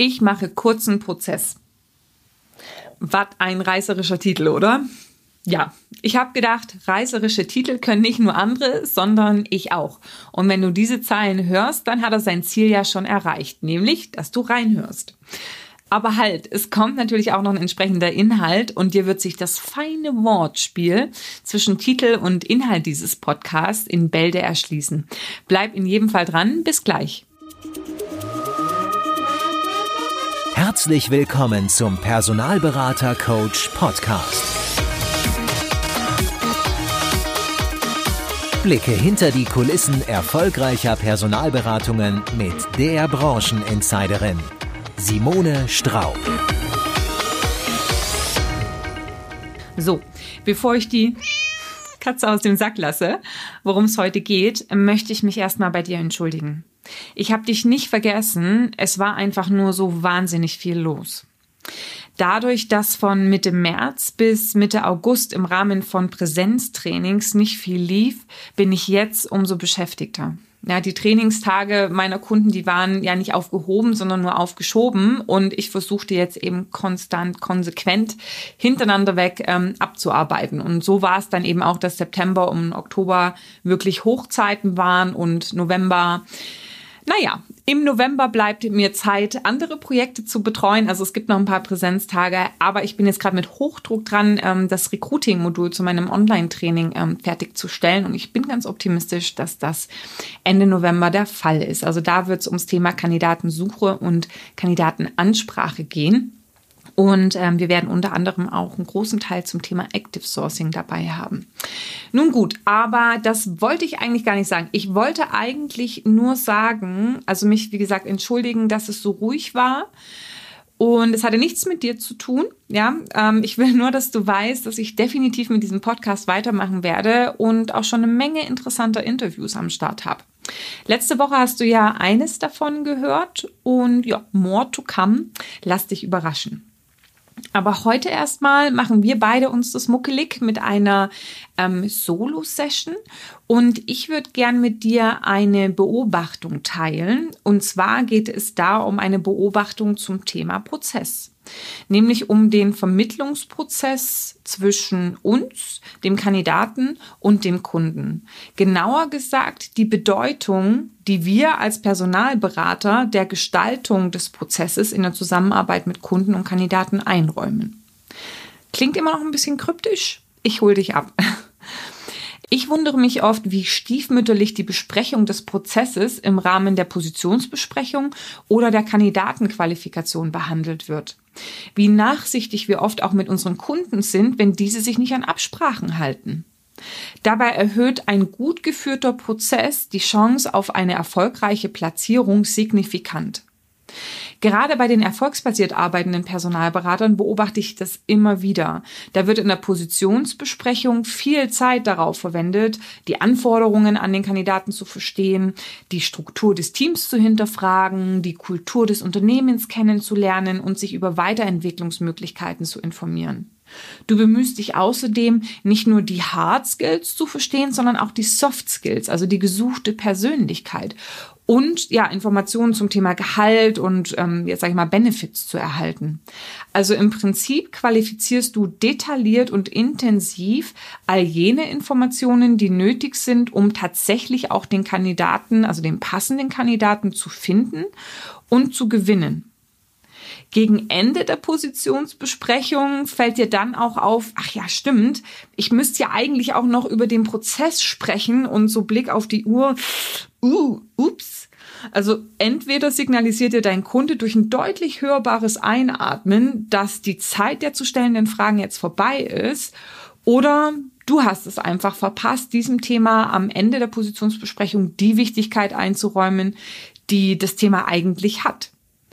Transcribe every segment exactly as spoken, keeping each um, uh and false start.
Ich mache kurzen Prozess. Was ein reißerischer Titel, oder? Ja, ich habe gedacht, reißerische Titel können nicht nur andere, sondern ich auch. Und wenn du diese Zeilen hörst, dann hat er sein Ziel ja schon erreicht, nämlich, dass du reinhörst. Aber halt, es kommt natürlich auch noch ein entsprechender Inhalt und dir wird sich das feine Wortspiel zwischen Titel und Inhalt dieses Podcasts in Bälde erschließen. Bleib in jedem Fall dran, bis gleich. Herzlich willkommen zum Personalberater Coach Podcast. Blicke hinter die Kulissen erfolgreicher Personalberatungen mit der Brancheninsiderin Simone Straub. So, bevor ich die Katze aus dem Sack lasse, worum es heute geht, möchte ich mich erstmal bei dir entschuldigen. Ich habe dich nicht vergessen, es war einfach nur so wahnsinnig viel los. Dadurch, dass von Mitte März bis Mitte August im Rahmen von Präsenztrainings nicht viel lief, bin ich jetzt umso beschäftigter. Ja, die Trainingstage meiner Kunden, die waren ja nicht aufgehoben, sondern nur aufgeschoben und ich versuchte jetzt eben konstant, konsequent hintereinander weg ähm, abzuarbeiten. Und so war es dann eben auch, dass September und Oktober wirklich Hochzeiten waren und November. Naja, im November bleibt mir Zeit, andere Projekte zu betreuen. Also es gibt noch ein paar Präsenztage, aber ich bin jetzt gerade mit Hochdruck dran, das Recruiting-Modul zu meinem Online-Training fertigzustellen. Und ich bin ganz optimistisch, dass das Ende November der Fall ist. Also da wird es ums Thema Kandidatensuche und Kandidatenansprache gehen. Und ähm, wir werden unter anderem auch einen großen Teil zum Thema Active Sourcing dabei haben. Nun gut, aber das wollte ich eigentlich gar nicht sagen. Ich wollte eigentlich nur sagen, also mich, wie gesagt, entschuldigen, dass es so ruhig war. Und es hatte nichts mit dir zu tun. Ja, ähm, ich will nur, dass du weißt, dass ich definitiv mit diesem Podcast weitermachen werde und auch schon eine Menge interessanter Interviews am Start habe. Letzte Woche hast du ja eines davon gehört und ja, more to come. Lass dich überraschen. Aber heute erstmal machen wir beide uns das muckelig mit einer ähm, Solo-Session und ich würde gern mit dir eine Beobachtung teilen. Und zwar geht es da um eine Beobachtung zum Thema Prozess, nämlich um den Vermittlungsprozess zwischen uns, dem Kandidaten und dem Kunden. Genauer gesagt die Bedeutung, die wir als Personalberater der Gestaltung des Prozesses in der Zusammenarbeit mit Kunden und Kandidaten einräumen. Klingt immer noch ein bisschen kryptisch? Ich hole dich ab. Ich wundere mich oft, wie stiefmütterlich die Besprechung des Prozesses im Rahmen der Positionsbesprechung oder der Kandidatenqualifikation behandelt wird. Wie nachsichtig wir oft auch mit unseren Kunden sind, wenn diese sich nicht an Absprachen halten. Dabei erhöht ein gut geführter Prozess die Chance auf eine erfolgreiche Platzierung signifikant. Gerade bei den erfolgsbasiert arbeitenden Personalberatern beobachte ich das immer wieder. Da wird in der Positionsbesprechung viel Zeit darauf verwendet, die Anforderungen an den Kandidaten zu verstehen, die Struktur des Teams zu hinterfragen, die Kultur des Unternehmens kennenzulernen und sich über Weiterentwicklungsmöglichkeiten zu informieren. Du bemühst dich außerdem, nicht nur die Hard Skills zu verstehen, sondern auch die Soft Skills, also die gesuchte Persönlichkeit und ja Informationen zum Thema Gehalt und ähm, jetzt sag ich mal Benefits zu erhalten. Also im Prinzip qualifizierst du detailliert und intensiv all jene Informationen, die nötig sind, um tatsächlich auch den Kandidaten, also den passenden Kandidaten zu finden und zu gewinnen. Gegen Ende der Positionsbesprechung fällt dir dann auch auf, ach ja, stimmt, ich müsste ja eigentlich auch noch über den Prozess sprechen und so Blick auf die Uhr, uh, ups. Also entweder signalisiert dir dein Kunde durch ein deutlich hörbares Einatmen, dass die Zeit der zu stellenden Fragen jetzt vorbei ist, oder du hast es einfach verpasst, diesem Thema am Ende der Positionsbesprechung die Wichtigkeit einzuräumen, die das Thema eigentlich hat.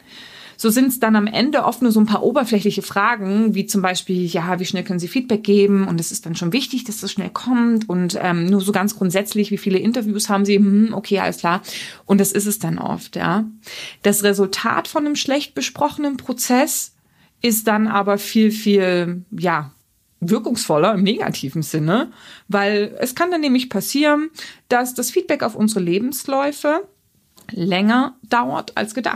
So sind es dann am Ende oft nur so ein paar oberflächliche Fragen, wie zum Beispiel, ja, wie schnell können Sie Feedback geben? Und es ist dann schon wichtig, dass das schnell kommt. Und ähm, nur so ganz grundsätzlich, wie viele Interviews haben Sie? Hm, okay, alles klar. Und das ist es dann oft, ja. Das Resultat von einem schlecht besprochenen Prozess ist dann aber viel, viel, ja, wirkungsvoller im negativen Sinne, weil es kann dann nämlich passieren, dass das Feedback auf unsere Lebensläufe länger dauert als gedacht.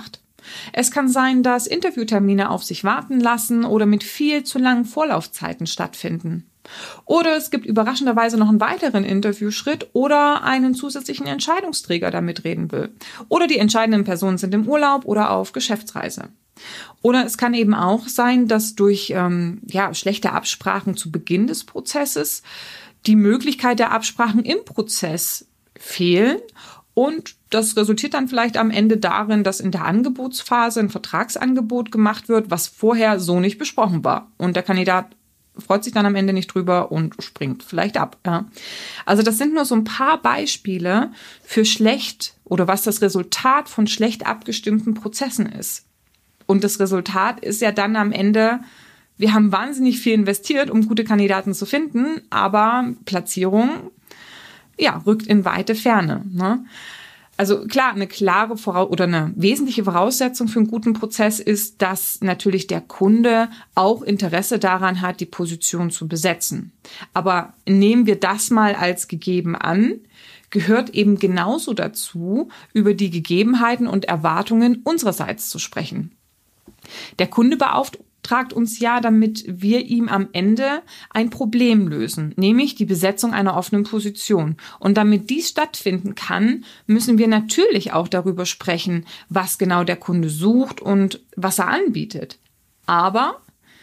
Es kann sein, dass Interviewtermine auf sich warten lassen oder mit viel zu langen Vorlaufzeiten stattfinden. Oder es gibt überraschenderweise noch einen weiteren Interviewschritt oder einen zusätzlichen Entscheidungsträger, der mitreden will. Oder die entscheidenden Personen sind im Urlaub oder auf Geschäftsreise. Oder es kann eben auch sein, dass durch ähm, ja, schlechte Absprachen zu Beginn des Prozesses die Möglichkeit der Absprachen im Prozess fehlen. Und das resultiert dann vielleicht am Ende darin, dass in der Angebotsphase ein Vertragsangebot gemacht wird, was vorher so nicht besprochen war. Und der Kandidat freut sich dann am Ende nicht drüber und springt vielleicht ab. Ja. Also das sind nur so ein paar Beispiele für schlecht oder was das Resultat von schlecht abgestimmten Prozessen ist. Und das Resultat ist ja dann am Ende, wir haben wahnsinnig viel investiert, um gute Kandidaten zu finden, aber Platzierung, ja, rückt in weite Ferne, ne? Also klar, eine klare Voraus- oder eine wesentliche Voraussetzung für einen guten Prozess ist, dass natürlich der Kunde auch Interesse daran hat, die Position zu besetzen. Aber nehmen wir das mal als gegeben an, gehört eben genauso dazu, über die Gegebenheiten und Erwartungen unsererseits zu sprechen. Der Kunde beauftragt uns ja, damit wir ihm am Ende ein Problem lösen, nämlich die Besetzung einer offenen Position. Und damit dies stattfinden kann, müssen wir natürlich auch darüber sprechen, was genau der Kunde sucht und was er anbietet. Aber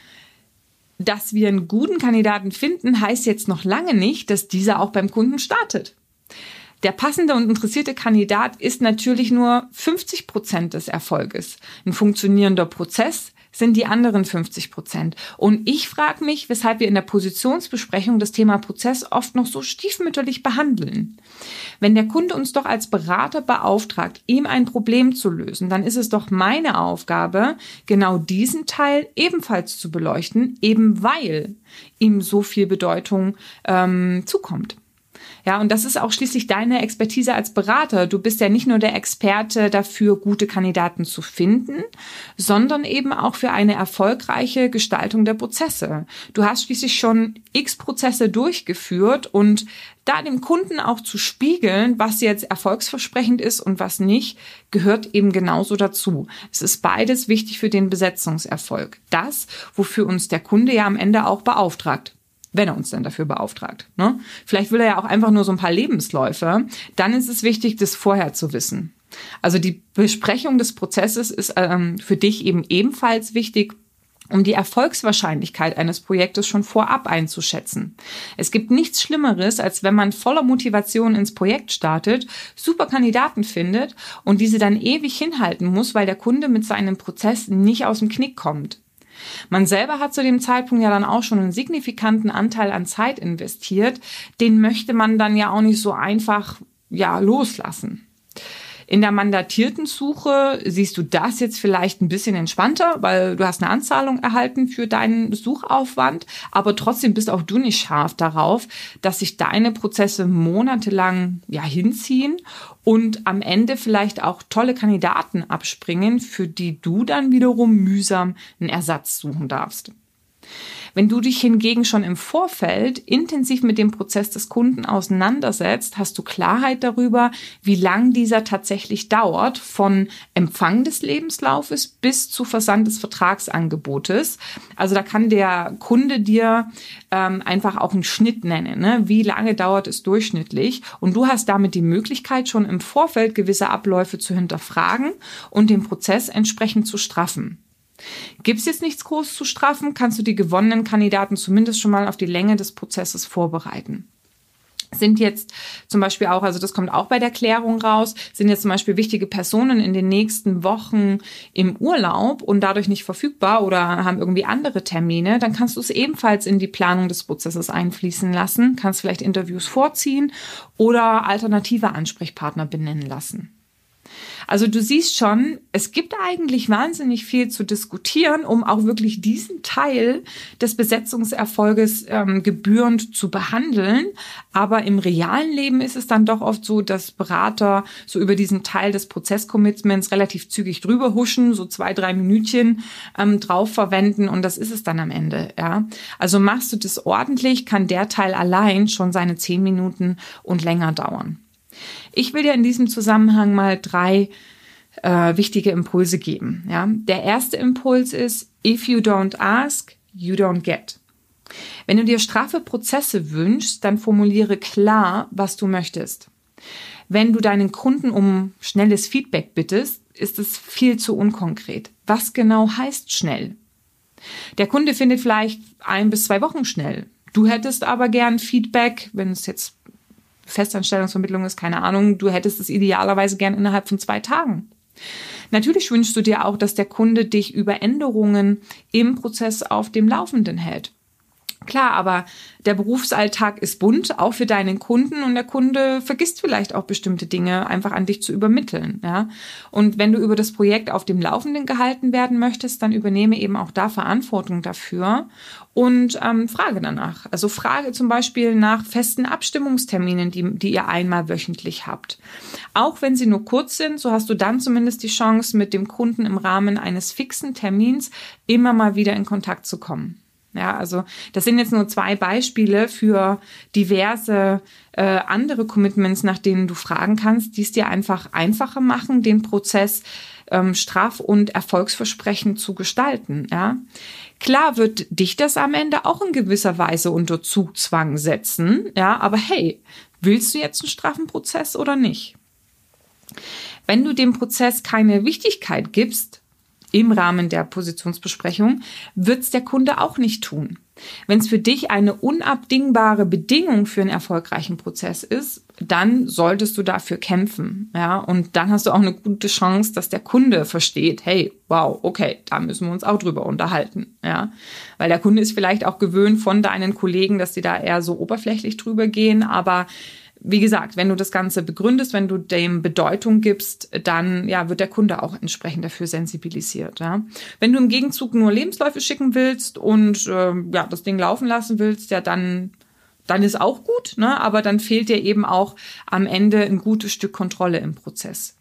dass wir einen guten Kandidaten finden, heißt jetzt noch lange nicht, dass dieser auch beim Kunden startet. Der passende und interessierte Kandidat ist natürlich nur fünfzig Prozent des Erfolges. Ein funktionierender Prozess sind die anderen fünfzig Prozent. Und ich frage mich, weshalb wir in der Positionsbesprechung das Thema Prozess oft noch so stiefmütterlich behandeln. Wenn der Kunde uns doch als Berater beauftragt, ihm ein Problem zu lösen, dann ist es doch meine Aufgabe, genau diesen Teil ebenfalls zu beleuchten, eben weil ihm so viel Bedeutung ähm, zukommt. Ja, und das ist auch schließlich deine Expertise als Berater. Du bist ja nicht nur der Experte dafür, gute Kandidaten zu finden, sondern eben auch für eine erfolgreiche Gestaltung der Prozesse. Du hast schließlich schon x Prozesse durchgeführt und da dem Kunden auch zu spiegeln, was jetzt erfolgsversprechend ist und was nicht, gehört eben genauso dazu. Es ist beides wichtig für den Besetzungserfolg. Das, wofür uns der Kunde ja am Ende auch beauftragt. Wenn er uns denn dafür beauftragt. Ne? Vielleicht will er ja auch einfach nur so ein paar Lebensläufe. Dann ist es wichtig, das vorher zu wissen. Also die Besprechung des Prozesses ist ähm, für dich eben ebenfalls wichtig, um die Erfolgswahrscheinlichkeit eines Projektes schon vorab einzuschätzen. Es gibt nichts Schlimmeres, als wenn man voller Motivation ins Projekt startet, super Kandidaten findet und diese dann ewig hinhalten muss, weil der Kunde mit seinem Prozess nicht aus dem Knick kommt. Man selber hat zu dem Zeitpunkt ja dann auch schon einen signifikanten Anteil an Zeit investiert. Den möchte man dann ja auch nicht so einfach, ja, loslassen. In der mandatierten Suche siehst du das jetzt vielleicht ein bisschen entspannter, weil du hast eine Anzahlung erhalten für deinen Suchaufwand, aber trotzdem bist auch du nicht scharf darauf, dass sich deine Prozesse monatelang ja hinziehen und am Ende vielleicht auch tolle Kandidaten abspringen, für die du dann wiederum mühsam einen Ersatz suchen darfst. Wenn du dich hingegen schon im Vorfeld intensiv mit dem Prozess des Kunden auseinandersetzt, hast du Klarheit darüber, wie lang dieser tatsächlich dauert, von Empfang des Lebenslaufes bis zu Versand des Vertragsangebotes. Also da kann der Kunde dir ähm, einfach auch einen Schnitt nennen, ne? Wie lange dauert es durchschnittlich? Und du hast damit die Möglichkeit, schon im Vorfeld gewisse Abläufe zu hinterfragen und den Prozess entsprechend zu straffen. Gibt es jetzt nichts groß zu straffen, kannst du die gewonnenen Kandidaten zumindest schon mal auf die Länge des Prozesses vorbereiten. Sind jetzt zum Beispiel auch, also das kommt auch bei der Klärung raus, sind jetzt zum Beispiel wichtige Personen in den nächsten Wochen im Urlaub und dadurch nicht verfügbar oder haben irgendwie andere Termine, dann kannst du es ebenfalls in die Planung des Prozesses einfließen lassen, kannst vielleicht Interviews vorziehen oder alternative Ansprechpartner benennen lassen. Also du siehst schon, es gibt eigentlich wahnsinnig viel zu diskutieren, um auch wirklich diesen Teil des Besetzungserfolges ähm, gebührend zu behandeln. Aber im realen Leben ist es dann doch oft so, dass Berater so über diesen Teil des Prozesscommitments relativ zügig drüber huschen, so zwei, drei Minütchen ähm, drauf verwenden und das ist es dann am Ende. Ja, also machst du das ordentlich, kann der Teil allein schon seine zehn Minuten und länger dauern. Ich will dir in diesem Zusammenhang mal drei äh, wichtige Impulse geben. Ja? Der erste Impuls ist, if you don't ask, you don't get. Wenn du dir straffe Prozesse wünschst, dann formuliere klar, was du möchtest. Wenn du deinen Kunden um schnelles Feedback bittest, ist es viel zu unkonkret. Was genau heißt schnell? Der Kunde findet vielleicht ein bis zwei Wochen schnell. Du hättest aber gern Feedback, wenn es jetzt Festanstellungsvermittlung ist, keine Ahnung, du hättest es idealerweise gern innerhalb von zwei Tagen. Natürlich wünschst du dir auch, dass der Kunde dich über Änderungen im Prozess auf dem Laufenden hält. Klar, aber der Berufsalltag ist bunt, auch für deinen Kunden, und der Kunde vergisst vielleicht auch bestimmte Dinge einfach an dich zu übermitteln. Ja? Und wenn du über das Projekt auf dem Laufenden gehalten werden möchtest, dann übernehme eben auch da Verantwortung dafür und ähm, frage danach. Also frage zum Beispiel nach festen Abstimmungsterminen, die, die ihr einmal wöchentlich habt. Auch wenn sie nur kurz sind, so hast du dann zumindest die Chance, mit dem Kunden im Rahmen eines fixen Termins immer mal wieder in Kontakt zu kommen. Ja, also das sind jetzt nur zwei Beispiele für diverse äh, andere Commitments, nach denen du fragen kannst, die es dir einfach einfacher machen, den Prozess ähm, straff- und erfolgsversprechend zu gestalten. Ja, klar wird dich das am Ende auch in gewisser Weise unter Zugzwang setzen. Ja, aber hey, willst du jetzt einen straffen Prozess oder nicht? Wenn du dem Prozess keine Wichtigkeit gibst, im Rahmen der Positionsbesprechung, wird es der Kunde auch nicht tun. Wenn es für dich eine unabdingbare Bedingung für einen erfolgreichen Prozess ist, dann solltest du dafür kämpfen. Ja? Und dann hast du auch eine gute Chance, dass der Kunde versteht, hey, wow, okay, da müssen wir uns auch drüber unterhalten. Ja? Weil der Kunde ist vielleicht auch gewöhnt von deinen Kollegen, dass die da eher so oberflächlich drüber gehen, aber wie gesagt, wenn du das Ganze begründest, wenn du dem Bedeutung gibst, dann ja, wird der Kunde auch entsprechend dafür sensibilisiert. Ja. Wenn du im Gegenzug nur Lebensläufe schicken willst und äh, ja, das Ding laufen lassen willst, ja, dann, dann ist auch gut, ne? Aber dann fehlt dir eben auch am Ende ein gutes Stück Kontrolle im Prozess.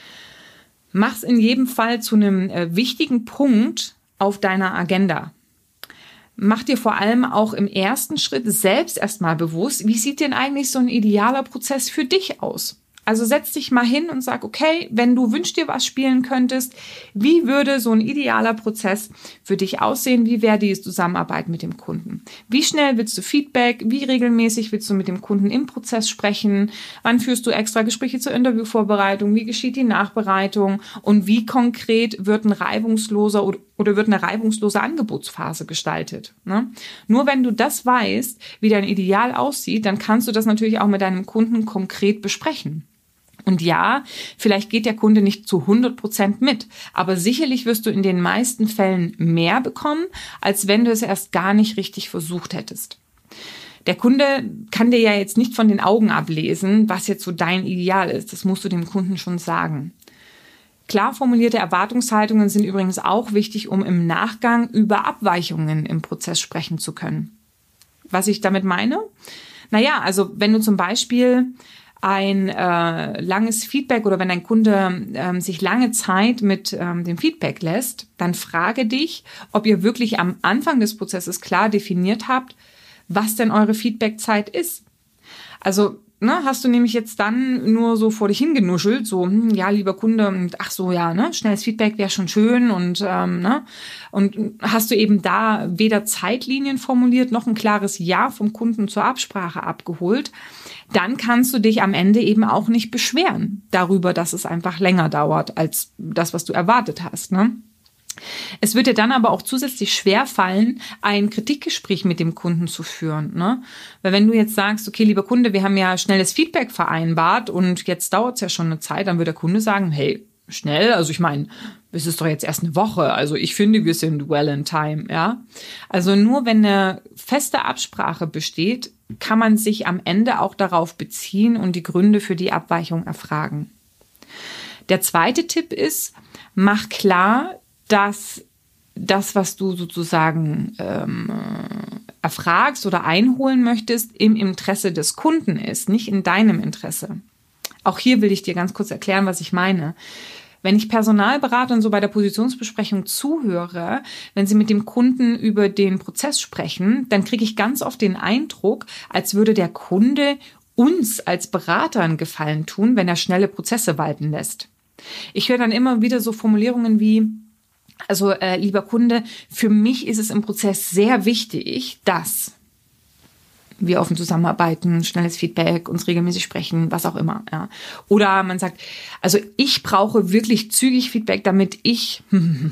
Mach's in jedem Fall zu einem äh, wichtigen Punkt auf deiner Agenda. Mach dir vor allem auch im ersten Schritt selbst erstmal bewusst, wie sieht denn eigentlich so ein idealer Prozess für dich aus? Also setz dich mal hin und sag, okay, wenn du Wünsch dir was spielen könntest, wie würde so ein idealer Prozess für dich aussehen? Wie wäre die Zusammenarbeit mit dem Kunden? Wie schnell willst du Feedback? Wie regelmäßig willst du mit dem Kunden im Prozess sprechen? Wann führst du extra Gespräche zur Interviewvorbereitung? Wie geschieht die Nachbereitung? Und wie konkret wird ein reibungsloser oder wird eine reibungslose Angebotsphase gestaltet? Ne? Nur wenn du das weißt, wie dein Ideal aussieht, dann kannst du das natürlich auch mit deinem Kunden konkret besprechen. Und ja, vielleicht geht der Kunde nicht zu hundert Prozent mit, aber sicherlich wirst du in den meisten Fällen mehr bekommen, als wenn du es erst gar nicht richtig versucht hättest. Der Kunde kann dir ja jetzt nicht von den Augen ablesen, was jetzt so dein Ideal ist. Das musst du dem Kunden schon sagen. Klar formulierte Erwartungshaltungen sind übrigens auch wichtig, um im Nachgang über Abweichungen im Prozess sprechen zu können. Was ich damit meine? Naja, also wenn du zum Beispiel ein äh, langes Feedback oder wenn dein Kunde ähm, sich lange Zeit mit ähm, dem Feedback lässt, dann frage dich, ob ihr wirklich am Anfang des Prozesses klar definiert habt, was denn eure Feedbackzeit ist. Also ne, hast du nämlich jetzt dann nur so vor dich hingenuschelt, so, hm, ja, lieber Kunde, ach so, ja, ne, schnelles Feedback wäre schon schön und ähm, ne, und hast du eben da weder Zeitlinien formuliert noch ein klares Ja vom Kunden zur Absprache abgeholt, dann kannst du dich am Ende eben auch nicht beschweren darüber, dass es einfach länger dauert als das, was du erwartet hast, ne? Es wird dir dann aber auch zusätzlich schwer fallen, ein Kritikgespräch mit dem Kunden zu führen, ne? Weil wenn du jetzt sagst, okay, lieber Kunde, wir haben ja schnelles Feedback vereinbart und jetzt dauert es ja schon eine Zeit, dann wird der Kunde sagen, hey, schnell, also ich meine, es ist doch jetzt erst eine Woche, also ich finde, wir sind well in time, ja? Also nur wenn eine feste Absprache besteht, kann man sich am Ende auch darauf beziehen und die Gründe für die Abweichung erfragen. Der zweite Tipp ist, mach klar, dass das, was du sozusagen ähm, erfragst oder einholen möchtest, im Interesse des Kunden ist, nicht in deinem Interesse. Auch hier will ich dir ganz kurz erklären, was ich meine. Wenn ich Personalberatern so bei der Positionsbesprechung zuhöre, wenn sie mit dem Kunden über den Prozess sprechen, dann kriege ich ganz oft den Eindruck, als würde der Kunde uns als Berater einen Gefallen tun, wenn er schnelle Prozesse walten lässt. Ich höre dann immer wieder so Formulierungen wie, also äh, lieber Kunde, für mich ist es im Prozess sehr wichtig, dass wir offen zusammenarbeiten, schnelles Feedback, uns regelmäßig sprechen, was auch immer. Ja. Oder man sagt, also ich brauche wirklich zügig Feedback, damit ich...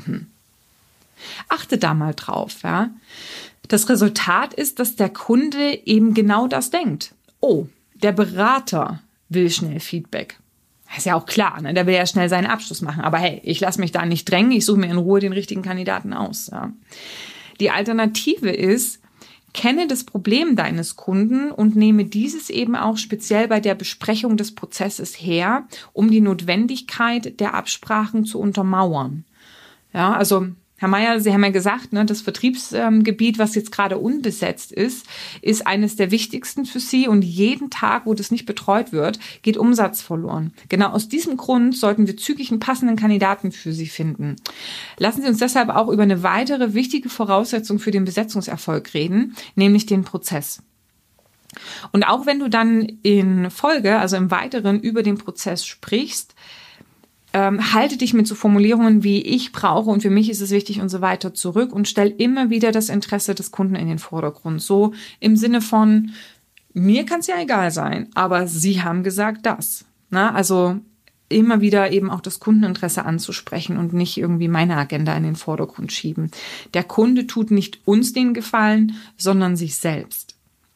Achte da mal drauf. Ja. Das Resultat ist, dass der Kunde eben genau das denkt. Oh, der Berater will schnell Feedback. Ist ja auch klar, ne? Der will ja schnell seinen Abschluss machen. Aber hey, ich lasse mich da nicht drängen, ich suche mir in Ruhe den richtigen Kandidaten aus. Ja. Die Alternative ist, kenne das Problem deines Kunden und nehme dieses eben auch speziell bei der Besprechung des Prozesses her, um die Notwendigkeit der Absprachen zu untermauern. Ja, also Herr Meier, Sie haben ja gesagt, ne, das Vertriebsgebiet, was jetzt gerade unbesetzt ist, ist eines der wichtigsten für Sie und jeden Tag, wo das nicht betreut wird, geht Umsatz verloren. Genau aus diesem Grund sollten wir zügig einen passenden Kandidaten für Sie finden. Lassen Sie uns deshalb auch über eine weitere wichtige Voraussetzung für den Besetzungserfolg reden, nämlich den Prozess. Und auch wenn du dann in Folge, also im Weiteren über den Prozess sprichst, Ähm, halte dich mit so Formulierungen wie ich brauche und für mich ist es wichtig und so weiter zurück und stell immer wieder das Interesse des Kunden in den Vordergrund. So im Sinne von, mir kann es ja egal sein, aber Sie haben gesagt das. Na, also immer wieder eben auch das Kundeninteresse anzusprechen und nicht irgendwie meine Agenda in den Vordergrund schieben. Der Kunde tut nicht uns den Gefallen, sondern sich selbst.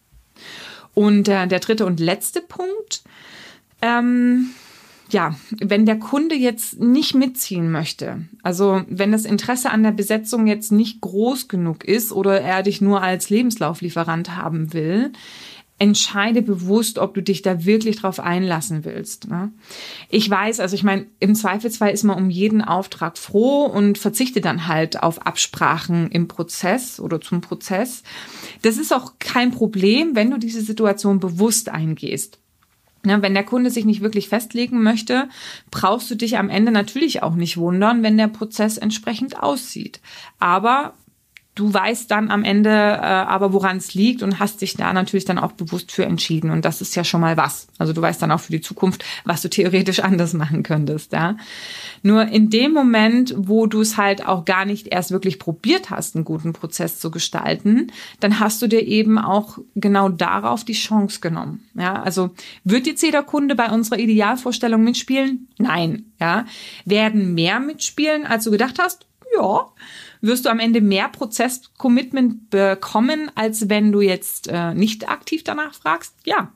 Und äh, der dritte und letzte Punkt, ähm, ja, wenn der Kunde jetzt nicht mitziehen möchte, also wenn das Interesse an der Besetzung jetzt nicht groß genug ist oder er dich nur als Lebenslauflieferant haben will, entscheide bewusst, ob du dich da wirklich drauf einlassen willst. Ne? Ich weiß, also ich meine, im Zweifelsfall ist man um jeden Auftrag froh und verzichtet dann halt auf Absprachen im Prozess oder zum Prozess. Das ist auch kein Problem, wenn du diese Situation bewusst eingehst. Ja, wenn der Kunde sich nicht wirklich festlegen möchte, brauchst du dich am Ende natürlich auch nicht wundern, wenn der Prozess entsprechend aussieht. Aber du weißt dann am Ende äh, aber, woran es liegt und hast dich da natürlich dann auch bewusst für entschieden. Und das ist ja schon mal was. Also du weißt dann auch für die Zukunft, was du theoretisch anders machen könntest. Ja? Nur in dem Moment, wo du es halt auch gar nicht erst wirklich probiert hast, einen guten Prozess zu gestalten, dann hast du dir eben auch genau darauf die Chance genommen. Ja? Also wird jetzt jeder Kunde bei unserer Idealvorstellung mitspielen? Nein. Ja? Werden mehr mitspielen, als du gedacht hast? Ja. Wirst du am Ende mehr Prozess-Commitment bekommen, als wenn du jetzt äh, nicht aktiv danach fragst? Ja.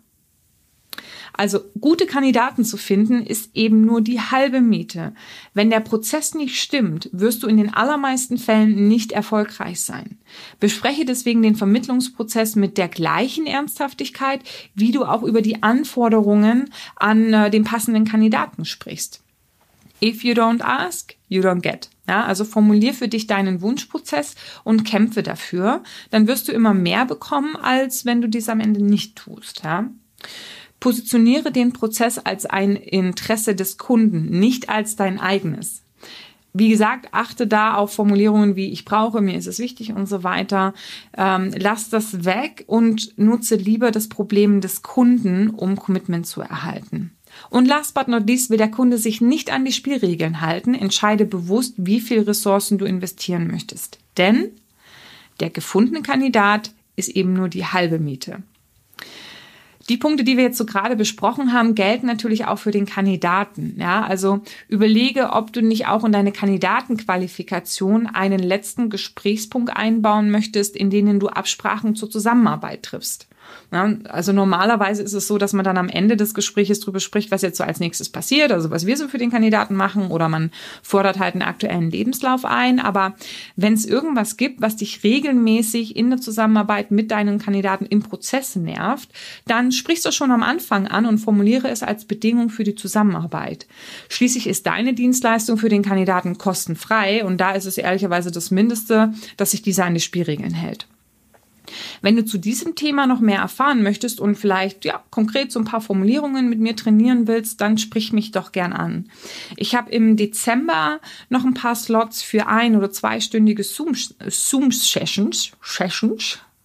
Also gute Kandidaten zu finden, ist eben nur die halbe Miete. Wenn der Prozess nicht stimmt, wirst du in den allermeisten Fällen nicht erfolgreich sein. Bespreche deswegen den Vermittlungsprozess mit der gleichen Ernsthaftigkeit, wie du auch über die Anforderungen an äh, den passenden Kandidaten sprichst. If you don't ask, you don't get. Ja, also formulier für dich deinen Wunschprozess und kämpfe dafür. Dann wirst du immer mehr bekommen, als wenn du dies am Ende nicht tust. Ja. Positioniere den Prozess als ein Interesse des Kunden, nicht als dein eigenes. Wie gesagt, achte da auf Formulierungen wie ich brauche, mir ist es wichtig und so weiter. Ähm, lass das weg und nutze lieber das Problem des Kunden, um Commitment zu erhalten. Und last but not least, will der Kunde sich nicht an die Spielregeln halten, entscheide bewusst, wie viel Ressourcen du investieren möchtest. Denn der gefundene Kandidat ist eben nur die halbe Miete. Die Punkte, die wir jetzt so gerade besprochen haben, gelten natürlich auch für den Kandidaten. Ja, also überlege, ob du nicht auch in deine Kandidatenqualifikation einen letzten Gesprächspunkt einbauen möchtest, in denen du Absprachen zur Zusammenarbeit triffst. Ja, also normalerweise ist es so, dass man dann am Ende des Gesprächs darüber spricht, was jetzt so als nächstes passiert, also was wir so für den Kandidaten machen, oder man fordert halt einen aktuellen Lebenslauf ein. Aber wenn es irgendwas gibt, was dich regelmäßig in der Zusammenarbeit mit deinen Kandidaten im Prozess nervt, dann sprichst du schon am Anfang an und formuliere es als Bedingung für die Zusammenarbeit. Schließlich ist deine Dienstleistung für den Kandidaten kostenfrei und da ist es ehrlicherweise das Mindeste, dass sich dieser an die Spielregeln hält. Wenn du zu diesem Thema noch mehr erfahren möchtest und vielleicht ja konkret so ein paar Formulierungen mit mir trainieren willst, dann sprich mich doch gern an. Ich habe im Dezember noch ein paar Slots für ein- oder zweistündige Zoom, Zoom Sessions, Sessions,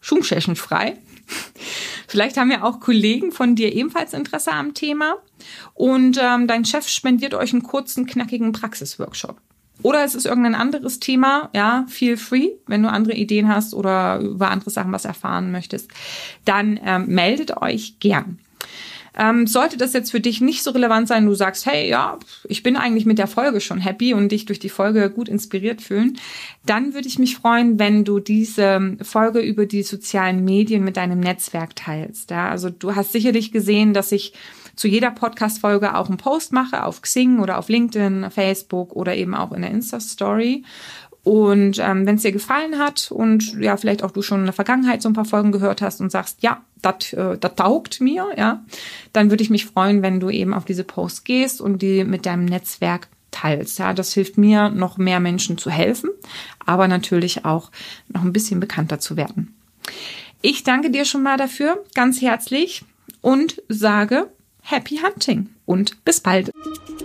schumschäschenfrei. Vielleicht haben ja auch Kollegen von dir ebenfalls Interesse am Thema und ähm, dein Chef spendiert euch einen kurzen, knackigen Praxisworkshop. Oder es ist irgendein anderes Thema, ja, feel free, wenn du andere Ideen hast oder über andere Sachen was erfahren möchtest, dann ähm, meldet euch gern. Ähm, sollte das jetzt für dich nicht so relevant sein, du sagst, hey, ja, ich bin eigentlich mit der Folge schon happy und dich durch die Folge gut inspiriert fühlen, dann würde ich mich freuen, wenn du diese Folge über die sozialen Medien mit deinem Netzwerk teilst. Ja? Also du hast sicherlich gesehen, dass ich zu jeder Podcast-Folge auch einen Post mache auf Xing oder auf LinkedIn, Facebook oder eben auch in der Insta-Story. Und ähm, wenn es dir gefallen hat und ja vielleicht auch du schon in der Vergangenheit so ein paar Folgen gehört hast und sagst, ja, das äh, das taugt mir, ja, dann würde ich mich freuen, wenn du eben auf diese Posts gehst und die mit deinem Netzwerk teilst. Ja, das hilft mir, noch mehr Menschen zu helfen, aber natürlich auch noch ein bisschen bekannter zu werden. Ich danke dir schon mal dafür ganz herzlich und sage Happy Hunting und bis bald.